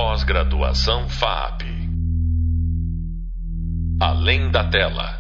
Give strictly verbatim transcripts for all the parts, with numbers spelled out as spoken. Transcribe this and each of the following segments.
Pós-graduação F A P. Além da tela.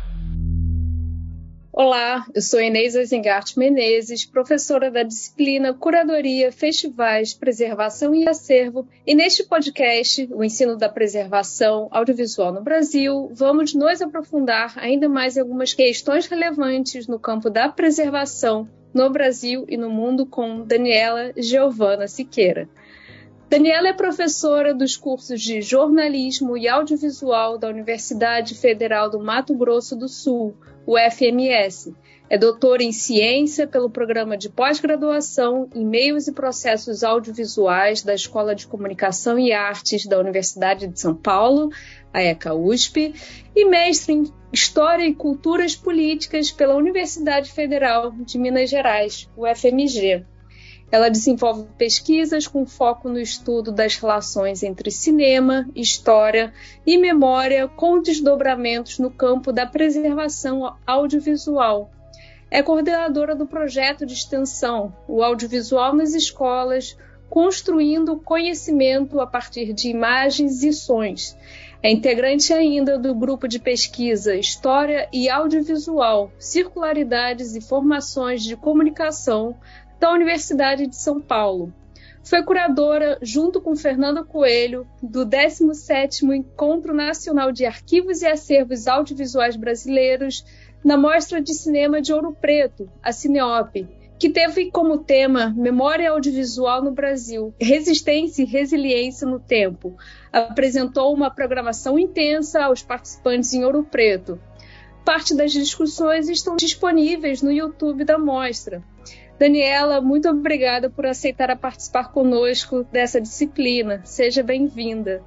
Olá, eu sou Inês Ozengart Menezes, professora da disciplina Curadoria, Festivais, Preservação e Acervo, e neste podcast, o ensino da preservação audiovisual no Brasil, vamos nos aprofundar ainda mais em algumas questões relevantes no campo da preservação no Brasil e no mundo com Daniela Giovana Siqueira. Daniela é professora dos cursos de Jornalismo e Audiovisual da Universidade Federal do Mato Grosso do Sul, U F M S. É doutora em Ciência pelo Programa de Pós-Graduação em Meios e Processos Audiovisuais da Escola de Comunicação e Artes da Universidade de São Paulo, a ECA U S P, e mestre em História e Culturas Políticas pela Universidade Federal de Minas Gerais, U F M G. Ela desenvolve pesquisas com foco no estudo das relações entre cinema, história e memória, com desdobramentos no campo da preservação audiovisual. É coordenadora do projeto de extensão O Audiovisual nas Escolas, construindo conhecimento a partir de imagens e sons. É integrante ainda do grupo de pesquisa História e Audiovisual, Circularidades e Formações de Comunicação, da Universidade de São Paulo. Foi curadora, junto com Fernanda Coelho, do décimo sétimo Encontro Nacional de Arquivos e Acervos Audiovisuais Brasileiros na Mostra de Cinema de Ouro Preto, a Cineop, que teve como tema Memória Audiovisual no Brasil, Resistência e Resiliência no Tempo. Apresentou uma programação intensa aos participantes em Ouro Preto. Parte das discussões estão disponíveis no YouTube da mostra. Daniela, muito obrigada por aceitar a participar conosco dessa disciplina. Seja bem-vinda.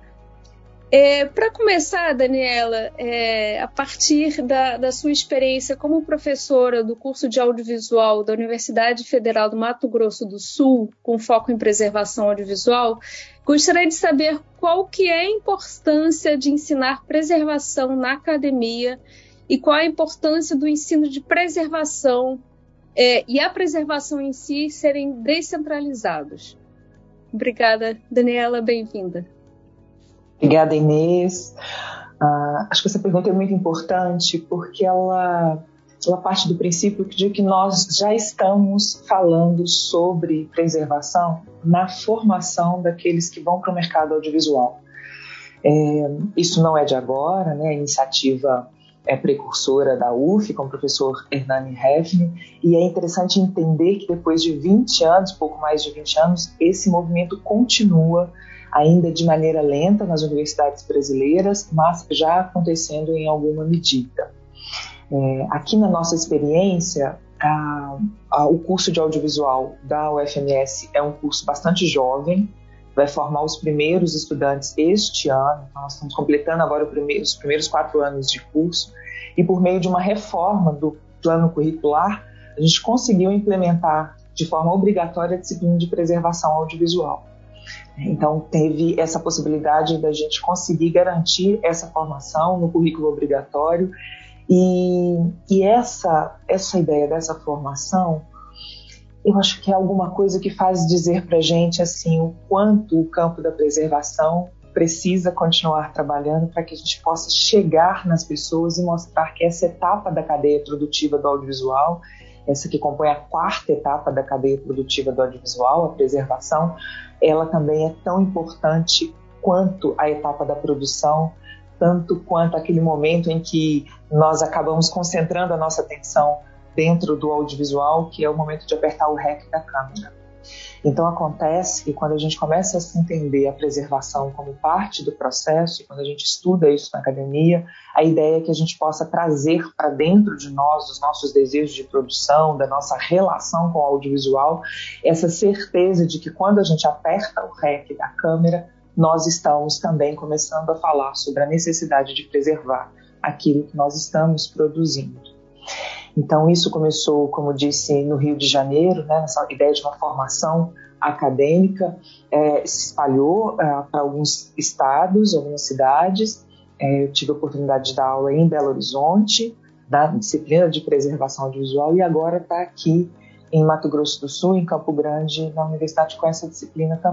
É, Para começar, Daniela, é, a partir da, da sua experiência como professora do curso de audiovisual da Universidade Federal do Mato Grosso do Sul, com foco em preservação audiovisual, gostaria de saber qual que é a importância de ensinar preservação na academia e qual a importância do ensino de preservação É, e a preservação em si serem descentralizados. Obrigada, Daniela, bem-vinda. Obrigada, Inês. Uh, acho que essa pergunta é muito importante porque ela, ela parte do princípio de que nós já estamos falando sobre preservação na formação daqueles que vão para o mercado audiovisual. É, isso não é de agora, né? A iniciativa é precursora da U F, com o professor Hernani Hefner, e é interessante entender que depois de vinte anos, pouco mais de vinte anos, esse movimento continua ainda de maneira lenta nas universidades brasileiras, mas já acontecendo em alguma medida. É, aqui na nossa experiência, a, a, o curso de audiovisual da U F M S é um curso bastante jovem, vai formar os primeiros estudantes este ano, então nós estamos completando agora primeiro, os primeiros quatro anos de curso, e por meio de uma reforma do plano curricular, a gente conseguiu implementar de forma obrigatória a disciplina de preservação audiovisual. Então teve essa possibilidade da gente conseguir garantir essa formação no currículo obrigatório, e, e essa, essa ideia dessa formação, eu acho que é alguma coisa que faz dizer para a gente assim, o quanto o campo da preservação precisa continuar trabalhando para que a gente possa chegar nas pessoas e mostrar que essa etapa da cadeia produtiva do audiovisual, essa que compõe a quarta etapa da cadeia produtiva do audiovisual, a preservação, ela também é tão importante quanto a etapa da produção, tanto quanto aquele momento em que nós acabamos concentrando a nossa atenção dentro do audiovisual, que é o momento de apertar o REC da câmera. Então acontece que quando a gente começa a se entender a preservação como parte do processo, e quando a gente estuda isso na academia, a ideia é que a gente possa trazer para dentro de nós, os nossos desejos de produção, da nossa relação com o audiovisual, essa certeza de que quando a gente aperta o REC da câmera, nós estamos também começando a falar sobre a necessidade de preservar aquilo que nós estamos produzindo. Então isso começou, como disse, no Rio de Janeiro, né, essa ideia de uma formação acadêmica, é, se espalhou é, para alguns estados, algumas cidades. É, eu tive a oportunidade de dar aula em Belo Horizonte, da disciplina de preservação audiovisual, e agora está aqui em Mato Grosso do Sul, em Campo Grande, na universidade, com essa disciplina também.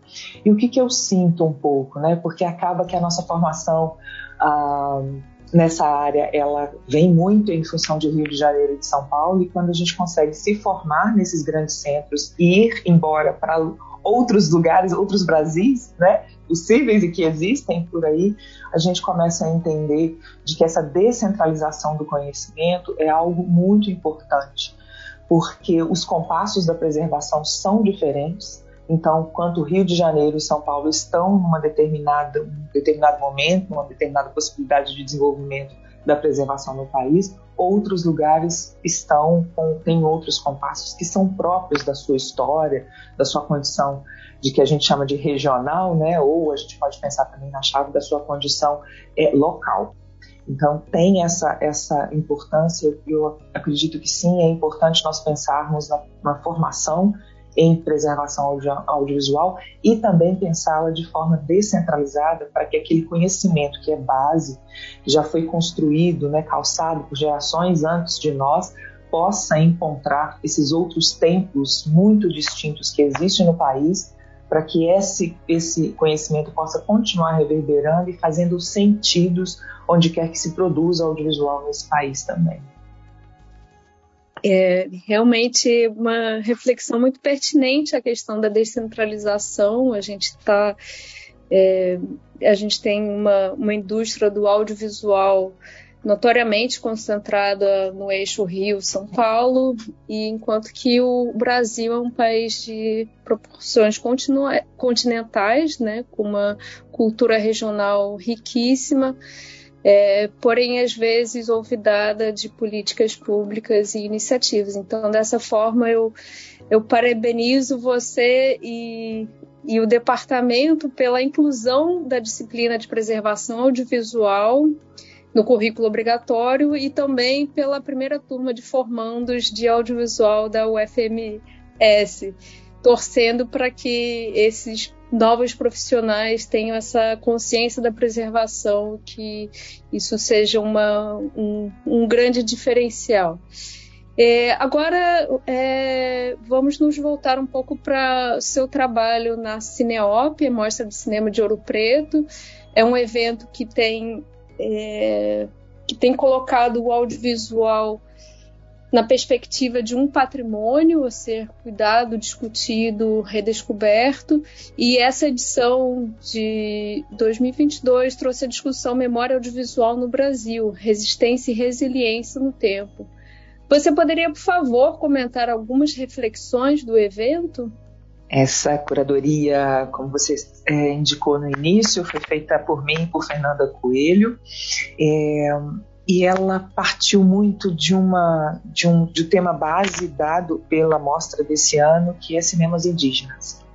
E o que, que eu sinto um pouco, né? Porque acaba que a nossa formação ah, nessa área, ela vem muito em função de Rio de Janeiro e de São Paulo, e quando a gente consegue se formar nesses grandes centros e ir embora para outros lugares, outros Brasis, né, possíveis e que existem por aí, a gente começa a entender de que essa descentralização do conhecimento é algo muito importante, porque os compassos da preservação são diferentes. Então, quando Rio de Janeiro e São Paulo estão numa determinada, um determinado momento, numa determinada possibilidade de desenvolvimento da preservação no país, outros lugares estão com, têm outros compassos que são próprios da sua história, da sua condição de que a gente chama de regional, né? Ou a gente pode pensar também na chave da sua condição é, local. Então, tem essa, essa importância, eu acredito que sim, é importante nós pensarmos na, na formação em preservação audio, audiovisual e também pensá-la de forma descentralizada para que aquele conhecimento que é base, que já foi construído, né, calçado por gerações antes de nós, possa encontrar esses outros templos muito distintos que existem no país, para que esse, esse conhecimento possa continuar reverberando e fazendo sentidos onde quer que se produza audiovisual nesse país também. É realmente uma reflexão muito pertinente a questão da descentralização. A gente tá, é, a gente tem uma, uma indústria do audiovisual notoriamente concentrada no eixo Rio-São Paulo, e enquanto que o Brasil é um país de proporções continua- continentais, né, com uma cultura regional riquíssima, É, porém, às vezes, olvidada de políticas públicas e iniciativas. Então, dessa forma, eu, eu parabenizo você e, e o departamento pela inclusão da disciplina de preservação audiovisual no currículo obrigatório e também pela primeira turma de formandos de audiovisual da U F M S, torcendo para que esses novos profissionais tenham essa consciência da preservação, que isso seja uma, um, um grande diferencial. É, agora, é, vamos nos voltar um pouco para o seu trabalho na Cineop, a Mostra de Cinema de Ouro Preto. É um evento que tem, é, que tem colocado o audiovisual na perspectiva de um patrimônio a ser cuidado, discutido, redescoberto, e essa edição de dois mil e vinte e dois trouxe a discussão Memória Audiovisual no Brasil, Resistência e Resiliência no Tempo. Você poderia, por favor, comentar algumas reflexões do evento? Essa curadoria, como você é, indicou no início, foi feita por mim e por Fernanda Coelho, é, e ela partiu muito de, uma, de, um, de um tema base dado pela mostra desse ano, que é cinemas indígenas.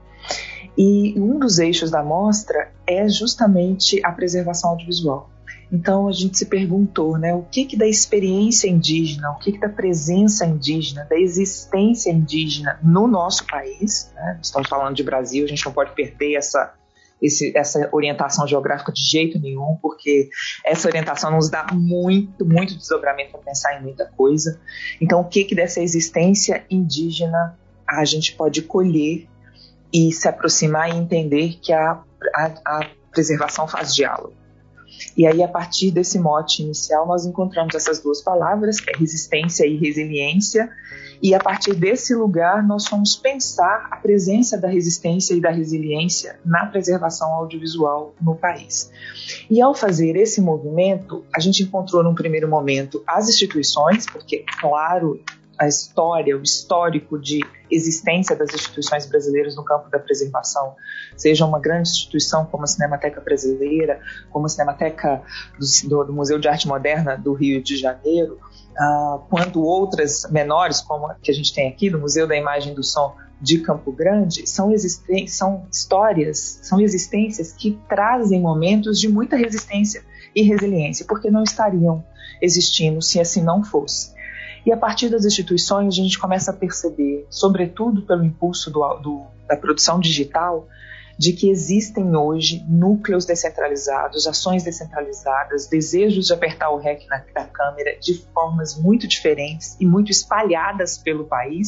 E um dos eixos da mostra é justamente a preservação audiovisual. Então a gente se perguntou, né, o que, que da experiência indígena, o que, que da presença indígena, da existência indígena no nosso país, né? Estamos falando de Brasil, a gente não pode perder essa, esse, essa orientação geográfica de jeito nenhum, porque essa orientação nos dá muito, muito desdobramento para pensar em muita coisa. Então o que, que dessa existência indígena a gente pode colher e se aproximar e entender que a, a, a preservação faz diálogo. E aí, a partir desse mote inicial, nós encontramos essas duas palavras, que é resistência e resiliência, e a partir desse lugar nós fomos pensar a presença da resistência e da resiliência na preservação audiovisual no país. E ao fazer esse movimento, a gente encontrou num primeiro momento as instituições, porque, claro, a história, o histórico de existência das instituições brasileiras no campo da preservação, seja uma grande instituição como a Cinemateca Brasileira, como a Cinemateca do, do Museu de Arte Moderna do Rio de Janeiro, uh, quanto outras menores, como a que a gente tem aqui, do Museu da Imagem e do Som de Campo Grande, são, existen- são histórias, são existências que trazem momentos de muita resistência e resiliência, porque não estariam existindo se assim não fosse. E a partir das instituições a gente começa a perceber, sobretudo pelo impulso do, do, da produção digital, de que existem hoje núcleos descentralizados, ações descentralizadas, desejos de apertar o R E C na, na câmera de formas muito diferentes e muito espalhadas pelo país,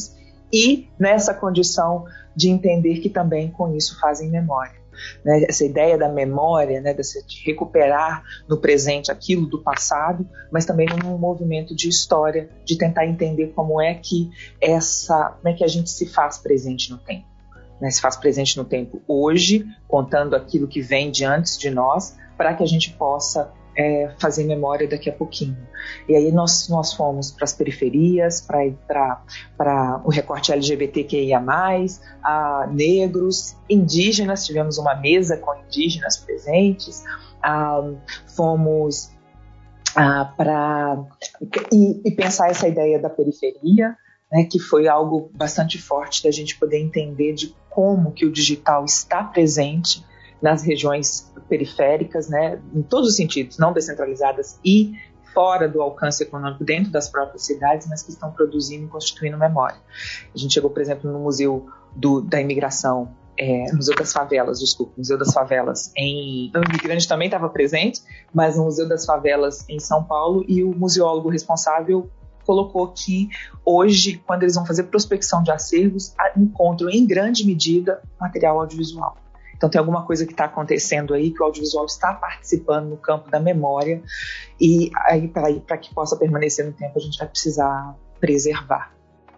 e nessa condição de entender que também com isso fazem memória. Né? Essa ideia da memória, né, de recuperar no presente aquilo do passado, mas também num movimento de história, de tentar entender como é que, essa, como é que a gente se faz presente no tempo. Né? Se faz presente no tempo hoje, contando aquilo que vem de antes de nós, para que a gente possa É, fazer memória daqui a pouquinho. E aí nós, nós fomos para as periferias, para o recorte L G B T Q I A mais, a negros, indígenas, tivemos uma mesa com indígenas presentes, ah, fomos ah, para e, e pensar essa ideia da periferia, né, que foi algo bastante forte da gente poder entender de como que o digital está presente nas regiões periféricas, né, em todos os sentidos, não descentralizadas e fora do alcance econômico dentro das próprias cidades, mas que estão produzindo e constituindo memória. A gente chegou, por exemplo, no Museu do, da Imigração, é, Museu das Favelas, desculpa, Museu das Favelas em... O imigrante também estava presente, mas no Museu das Favelas em São Paulo, e o museólogo responsável colocou que hoje, quando eles vão fazer prospecção de acervos, encontram em grande medida material audiovisual. Então tem alguma coisa que está acontecendo aí, que o audiovisual está participando no campo da memória, e aí para que possa permanecer no tempo a gente vai precisar preservar.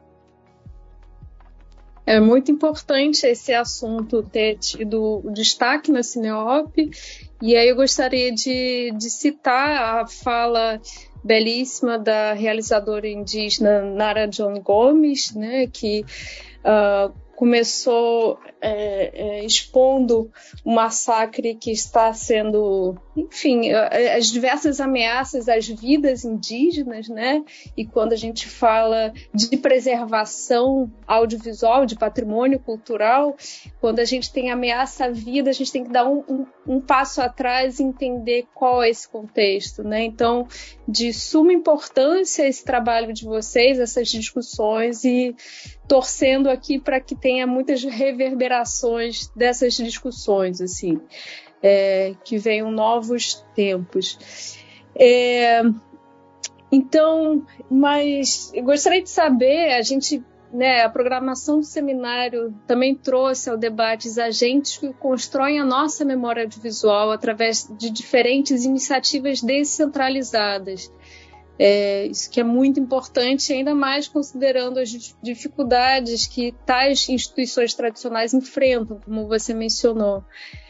É muito importante esse assunto ter tido destaque na Cineop, e aí eu gostaria de, de citar a fala belíssima da realizadora indígena Nara John Gomes, né, que uh, começou é, é, expondo o massacre que está sendo, enfim, as diversas ameaças às vidas indígenas, né? E quando a gente fala de preservação audiovisual, de patrimônio cultural, quando a gente tem ameaça à vida, a gente tem que dar um, um, um passo atrás e entender qual é esse contexto, né? Então, de suma importância esse trabalho de vocês, essas discussões, e torcendo aqui para que tenha muitas reverberações dessas discussões, assim, é, que venham novos tempos. É, então, mas eu gostaria de saber, a gente, né, a programação do seminário também trouxe ao debate os agentes que constroem a nossa memória audiovisual através de diferentes iniciativas descentralizadas. É, isso que é muito importante, ainda mais considerando as dificuldades que tais instituições tradicionais enfrentam, como você mencionou.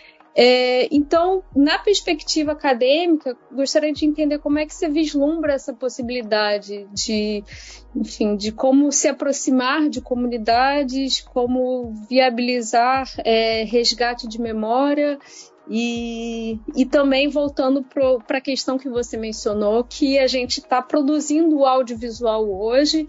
É, então, na perspectiva acadêmica, gostaria de entender como é que você vislumbra essa possibilidade de, enfim, de como se aproximar de comunidades, como viabilizar é, resgate de memória. E, e também voltando para a questão que você mencionou, que a gente está produzindo o audiovisual hoje,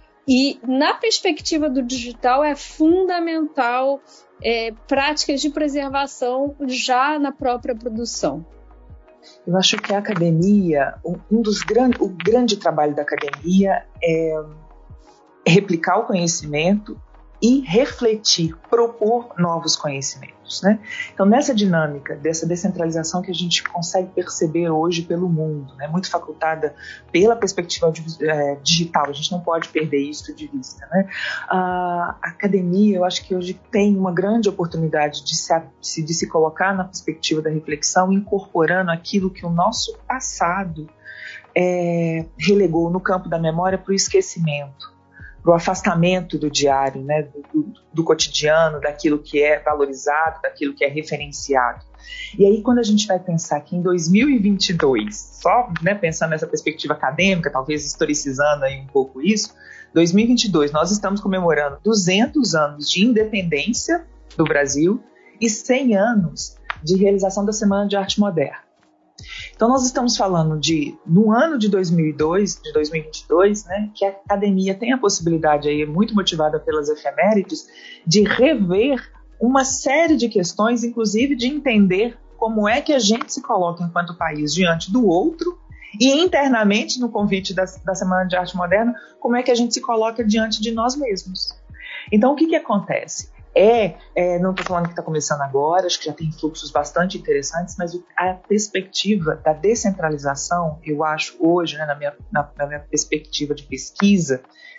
e na perspectiva do digital é fundamental é, práticas de preservação já na própria produção. Eu acho que a academia, um dos grandes, o grande trabalho da academia é replicar o conhecimento e refletir, propor novos conhecimentos, né? Então, nessa dinâmica dessa descentralização que a gente consegue perceber hoje pelo mundo, né, muito facultada pela perspectiva é, digital, a gente não pode perder isso de vista, né? A academia, eu acho que hoje tem uma grande oportunidade de se, de se colocar na perspectiva da reflexão, incorporando aquilo que o nosso passado é, relegou no campo da memória para o esquecimento, para o afastamento do diário, né, do, do, do cotidiano, daquilo que é valorizado, daquilo que é referenciado. E aí, quando a gente vai pensar que em dois mil e vinte e dois, só, né, pensando nessa perspectiva acadêmica, talvez historicizando aí um pouco isso, dois mil e vinte e dois nós estamos comemorando duzentos anos de independência do Brasil e cem anos de realização da Semana de Arte Moderna. Então, nós estamos falando de, no ano de dois mil e dois, de dois mil e vinte e dois, né, que a academia tem a possibilidade, aí, muito motivada pelas efemérides, de rever uma série de questões, inclusive de entender como é que a gente se coloca enquanto país diante do outro e internamente, no convite da, da Semana de Arte Moderna, como é que a gente se coloca diante de nós mesmos. Então, o que que acontece? É, é, não estou falando que está começando agora, acho que já tem fluxos bastante interessantes, mas a perspectiva da descentralização, eu acho hoje, né, na, minha, na, na minha perspectiva de pesquisa,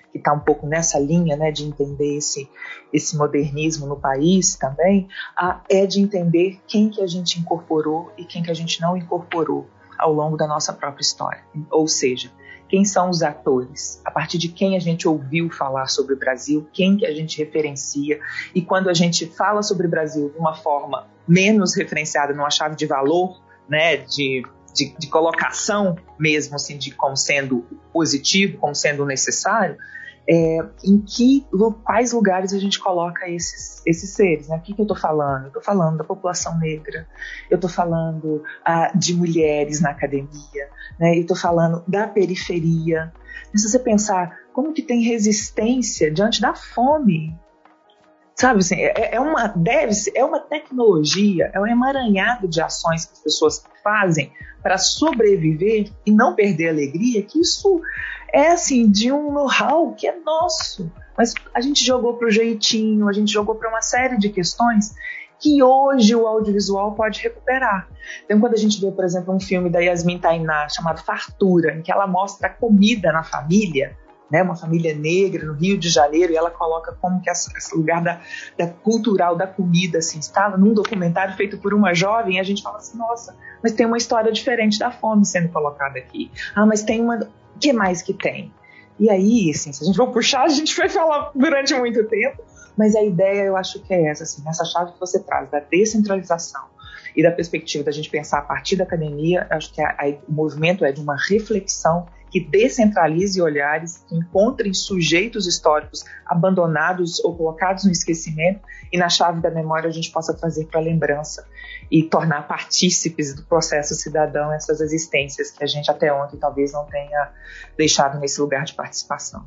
que está um pouco nessa linha, né, de entender esse, esse modernismo no país também, a, é de entender quem que a gente incorporou e quem que a gente não incorporou ao longo da nossa própria história. Ou seja, quem são os atores, a partir de quem a gente ouviu falar sobre o Brasil, quem que a gente referencia, e quando a gente fala sobre o Brasil de uma forma menos referenciada, numa chave de valor, né, de, de, de colocação mesmo, assim, de como sendo positivo, como sendo necessário, é, em que, quais lugares a gente coloca esses, esses seres, né? O que, que eu estou falando? Eu estou falando da população negra, eu estou falando ah, de mulheres na academia, né? Eu estou falando da periferia. E se você pensar como que tem resistência diante da fome, sabe assim, é, é uma deve é uma tecnologia, é um emaranhado de ações que as pessoas fazem para sobreviver e não perder a alegria, que isso é assim de um know-how que é nosso, mas a gente jogou para o jeitinho, a gente jogou para uma série de questões que hoje o audiovisual pode recuperar. Então, quando a gente vê, por exemplo, um filme da Yasmin Tainá chamado Fartura, em que ela mostra a comida na família, né, uma família negra no Rio de Janeiro, e ela coloca como que essa, esse lugar da, da cultural da comida se instala num documentário feito por uma jovem, e a gente fala assim, nossa, mas tem uma história diferente da fome sendo colocada aqui. Ah, mas tem uma... O que mais que tem? E aí, assim, se a gente for puxar, a gente vai falar durante muito tempo, mas a ideia, eu acho que é essa, assim, essa chave que você traz da descentralização e da perspectiva da gente pensar a partir da academia, acho que a, a, o movimento é de uma reflexão que descentralize olhares, que encontrem sujeitos históricos abandonados ou colocados no esquecimento, e na chave da memória a gente possa trazer para a lembrança e tornar partícipes do processo cidadão essas existências que a gente até ontem talvez não tenha deixado nesse lugar de participação.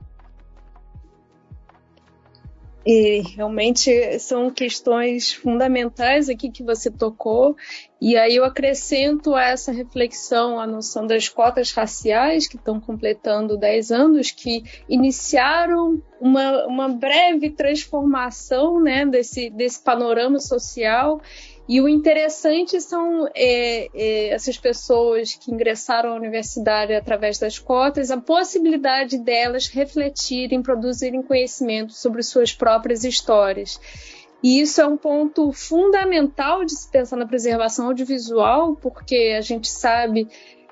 E realmente são questões fundamentais aqui que você tocou, e aí eu acrescento a essa reflexão a noção das cotas raciais, que estão completando dez anos, que iniciaram uma, uma breve transformação, né, desse, desse panorama social. E o interessante são é, é, essas pessoas que ingressaram à universidade através das cotas, a possibilidade delas refletirem, produzirem conhecimento sobre suas próprias histórias. E isso é um ponto fundamental de se pensar na preservação audiovisual, porque a gente sabe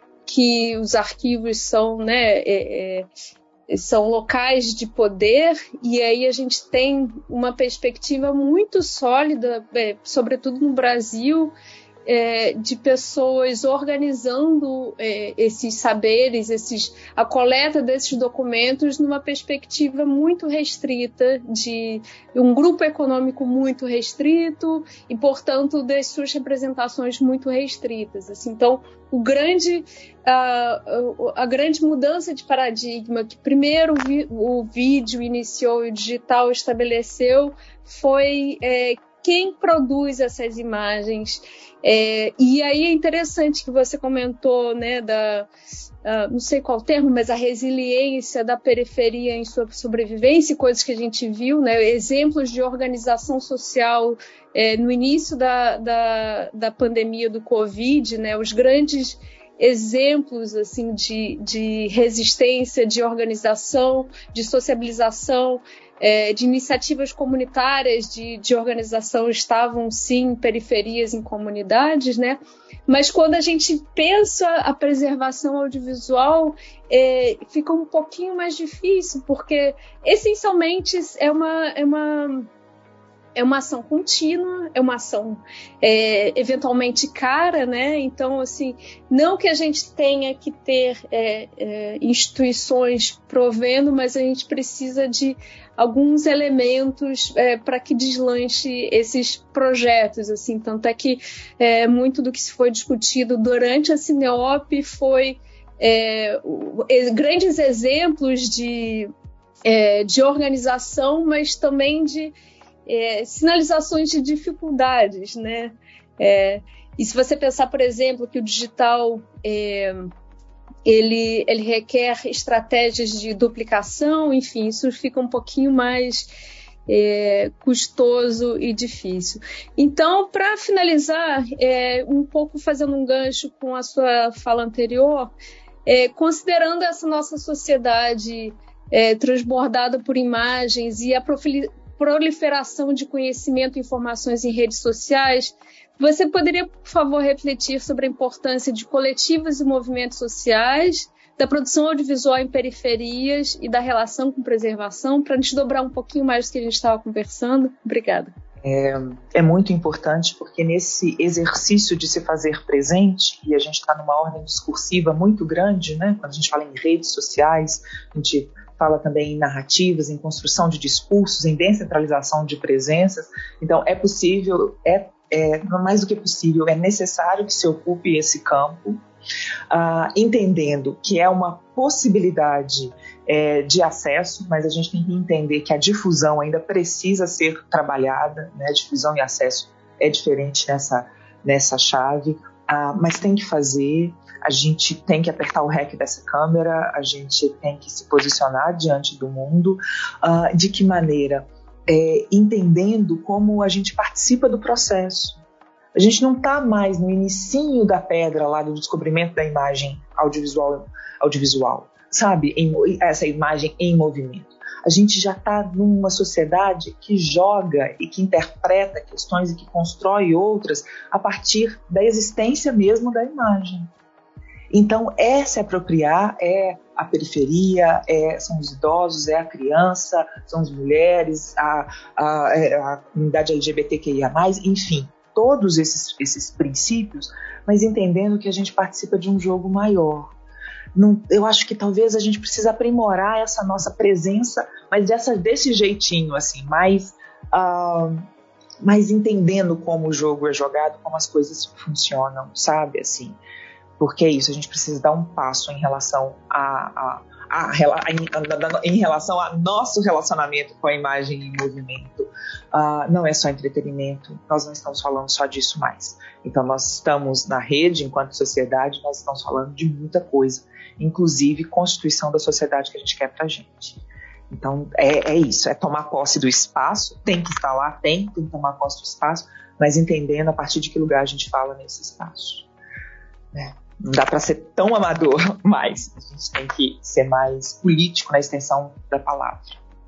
que os arquivos são, né, é, é, são locais de poder, e aí a gente tem uma perspectiva muito sólida, é, sobretudo no Brasil, é, de pessoas organizando é, esses saberes, esses, a coleta desses documentos numa perspectiva muito restrita, de um grupo econômico muito restrito e, portanto, das suas representações muito restritas. Assim, então, o grande, a, a grande mudança de paradigma que primeiro o vídeo iniciou e o digital estabeleceu foi é, quem produz essas imagens. É, e aí é interessante que você comentou, né, da, uh, não sei qual termo, mas a resiliência da periferia em sua sobrevivência, coisas que a gente viu, né, exemplos de organização social é, no início da, da, da pandemia do Covid, né, os grandes exemplos assim, de, de resistência, de organização, de sociabilização, É, de iniciativas comunitárias de, de organização estavam, sim, em periferias, em comunidades, né? Mas quando a gente pensa a preservação audiovisual, é, fica um pouquinho mais difícil, porque, essencialmente, é uma... É uma É uma ação contínua, é uma ação é, eventualmente cara, né? Então, assim, não que a gente tenha que ter é, é, instituições provendo, mas a gente precisa de alguns elementos é, para que deslanche esses projetos, assim. Tanto é que é, muito do que se foi discutido durante a Cineop foi é, o, é, grandes exemplos de, é, de organização, mas também de É, sinalizações de dificuldades, né? É, e se você pensar, por exemplo, que o digital é, ele, ele requer estratégias de duplicação, enfim, isso fica um pouquinho mais é, custoso e difícil. Então, para finalizar, é, um pouco fazendo um gancho com a sua fala anterior, é, considerando essa nossa sociedade é, transbordada por imagens e a proliferação de conhecimento e informações em redes sociais, você poderia, por favor, refletir sobre a importância de coletivos e movimentos sociais, da produção audiovisual em periferias e da relação com preservação, para desdobrar um pouquinho mais do que a gente estava conversando? Obrigada. É, é muito importante porque nesse exercício de se fazer presente, e a gente está numa ordem discursiva muito grande, né? Quando a gente fala em redes sociais, a gente fala também em narrativas, em construção de discursos, em descentralização de presenças. Então é possível, é, é mais do que possível, é necessário que se ocupe esse campo, uh, entendendo que é uma possibilidade é, de acesso, mas a gente tem que entender que a difusão ainda precisa ser trabalhada, né? Difusão e acesso é diferente nessa, nessa chave, uh, mas tem que fazer, a gente tem que apertar o rec dessa câmera, a gente tem que se posicionar diante do mundo, uh, de que maneira? É, entendendo como a gente participa do processo. A gente não está mais no inicinho da pedra lá do descobrimento da imagem audiovisual, audiovisual, sabe? Em, essa imagem em movimento. A gente já está numa sociedade que joga e que interpreta questões e que constrói outras a partir da existência mesmo da imagem. Então, é se apropriar, é a periferia, é, são os idosos, é a criança, são as mulheres, a, a, a comunidade L G B T Q I A mais, enfim, todos esses, esses princípios, mas entendendo que a gente participa de um jogo maior. Não, eu acho que talvez a gente precisa aprimorar essa nossa presença, mas dessa, desse jeitinho, assim, mais, uh, mais entendendo como o jogo é jogado, como as coisas funcionam, sabe, assim. Porque é isso, a gente precisa dar um passo em relação a, a, a, a, a em relação ao nosso relacionamento com a imagem em movimento. Uh, não é só entretenimento, nós não estamos falando só disso mais. Então nós estamos na rede, enquanto sociedade, nós estamos falando de muita coisa, inclusive constituição da sociedade que a gente quer pra gente. Então é, é isso, é tomar posse do espaço, tem que estar lá, tem, tem que tomar posse do espaço, mas entendendo a partir de que lugar a gente fala nesse espaço. É. Não dá para ser tão amador mais. A gente tem que ser mais político na extensão da palavra.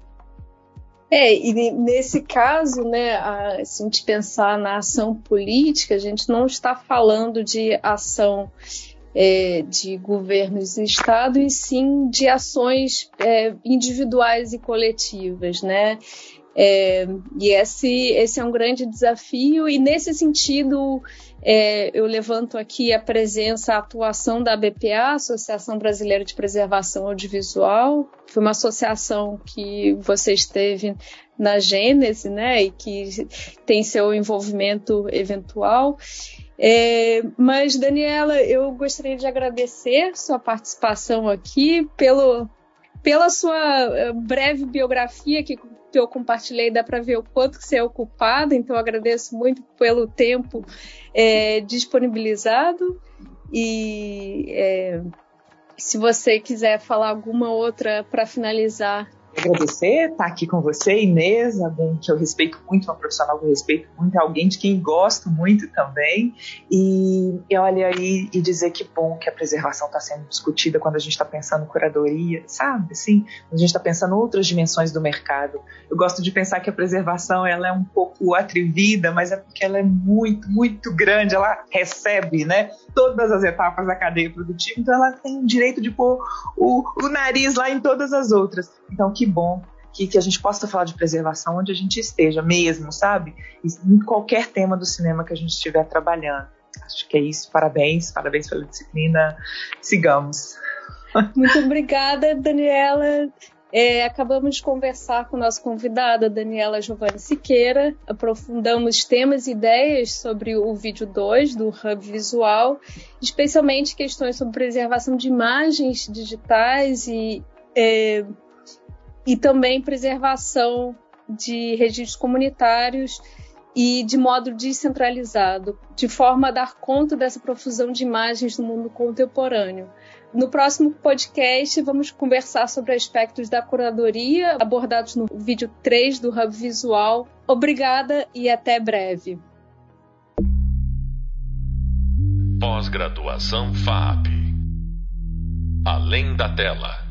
É, e nesse caso, né, a, se a gente pensar na ação política, a gente não está falando de ação é, de governos e Estado, e sim de ações é, individuais e coletivas, né? É, e esse, esse é um grande desafio, e nesse sentido é, eu levanto aqui a presença, a atuação da A B P A, Associação Brasileira de Preservação Audiovisual. Foi uma associação que você esteve na gênese, né, e que tem seu envolvimento eventual. É, mas, Daniela, eu gostaria de agradecer sua participação aqui, pelo, pela sua breve biografia que que eu compartilhei, dá para ver o quanto que você é ocupada, então eu agradeço muito pelo tempo é, disponibilizado, e é, se você quiser falar alguma outra para finalizar. Agradecer, estar aqui com você, Inês, alguém que eu respeito muito, uma profissional que eu respeito muito, alguém de quem gosto muito também, e, e olha aí, e dizer que bom que a preservação está sendo discutida quando a gente está pensando em curadoria, sabe, assim, quando a gente está pensando em outras dimensões do mercado. Eu gosto de pensar que a preservação, ela é um pouco atrevida, mas é porque ela é muito, muito grande, ela recebe, né, todas as etapas da cadeia produtiva, então ela tem o direito de pôr o, o nariz lá em todas as outras. Então, que bom que, que a gente possa falar de preservação onde a gente esteja mesmo, sabe? Em qualquer tema do cinema que a gente estiver trabalhando. Acho que é isso. Parabéns, parabéns pela disciplina. Sigamos. Muito obrigada, Daniela. É, acabamos de conversar com a nossa convidada, Daniela Giovanni Siqueira. Aprofundamos temas e ideias sobre o vídeo dois do Hub Visual, especialmente questões sobre preservação de imagens digitais e... É, e também preservação de registros comunitários e de modo descentralizado, de forma a dar conta dessa profusão de imagens no mundo contemporâneo. No próximo podcast, vamos conversar sobre aspectos da curadoria abordados no vídeo três do Hub Visual. Obrigada e até breve. Pós-graduação F A A P. Além da tela.